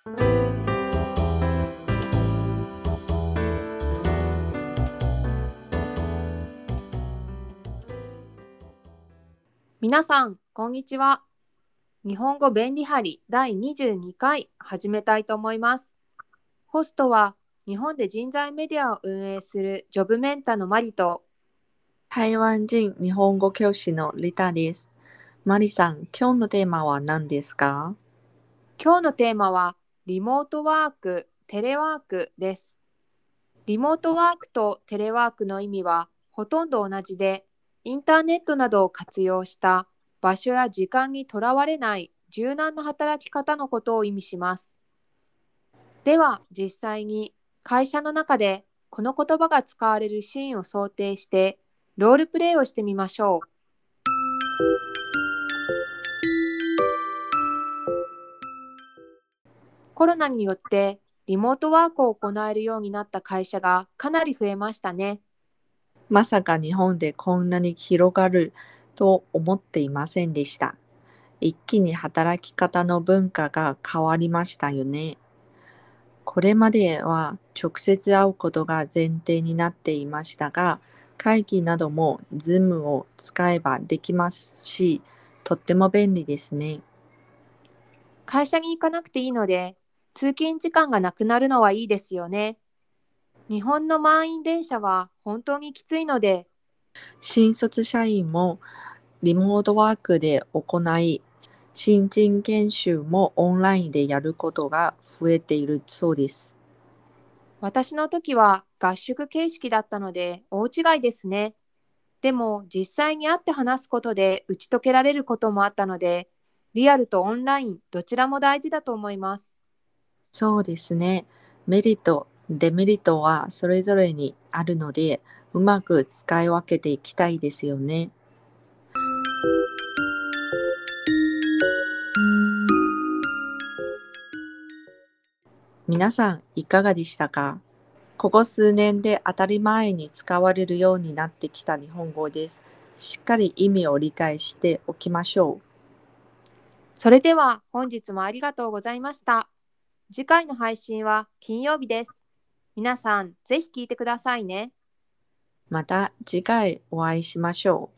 皆さん、こんにちは。日本語便利貼り第22回始めたいと思います。ホストは日本で人材メディアを運営するジョブメンタのマリと台湾人日本語教師のリタです。マリさん、今日のテーマは何ですか？ 今日のテーマはリモートワーク、テレワークです。リモートワークとテレワークの意味はほとんど同じで、インターネットなどを活用した場所や時間にとらわれない柔軟な働き方のことを意味します。では実際に会社の中でこの言葉が使われるシーンを想定してロールプレイをしてみましょう。コロナによってリモートワークを行えるようになった会社がかなり増えましたね。 まさか日本でこんなに広がると思っていませんでした。一気に働き方の文化が変わりましたよね。これまでは直接会うことが前提になっていましたが、会議なども Zoom を使えばできますし、とっても便利ですね。 会社に行かなくていいので通勤時間がなくなるのはいいですよね。日本の満員電車は本当にきついので、 新卒社員もリモートワークで行い、新人研修もオンラインでやることが増えているそうです。 私の時は合宿形式だったので大違いですね。でも実際に会って話すことで打ち解けられることもあったので、リアルとオンラインどちらも大事だと思います。 そうですね。メリット、デメリットはそれぞれにあるので、うまく使い分けていきたいですよね。皆さん、いかがでしたか？ここ数年で当たり前に使われるようになってきた日本語です。しっかり意味を理解しておきましょう。 それでは本日もありがとうございました。次回の配信は金曜日です。皆さんぜひ聞いてくださいね。 また次回お会いしましょう。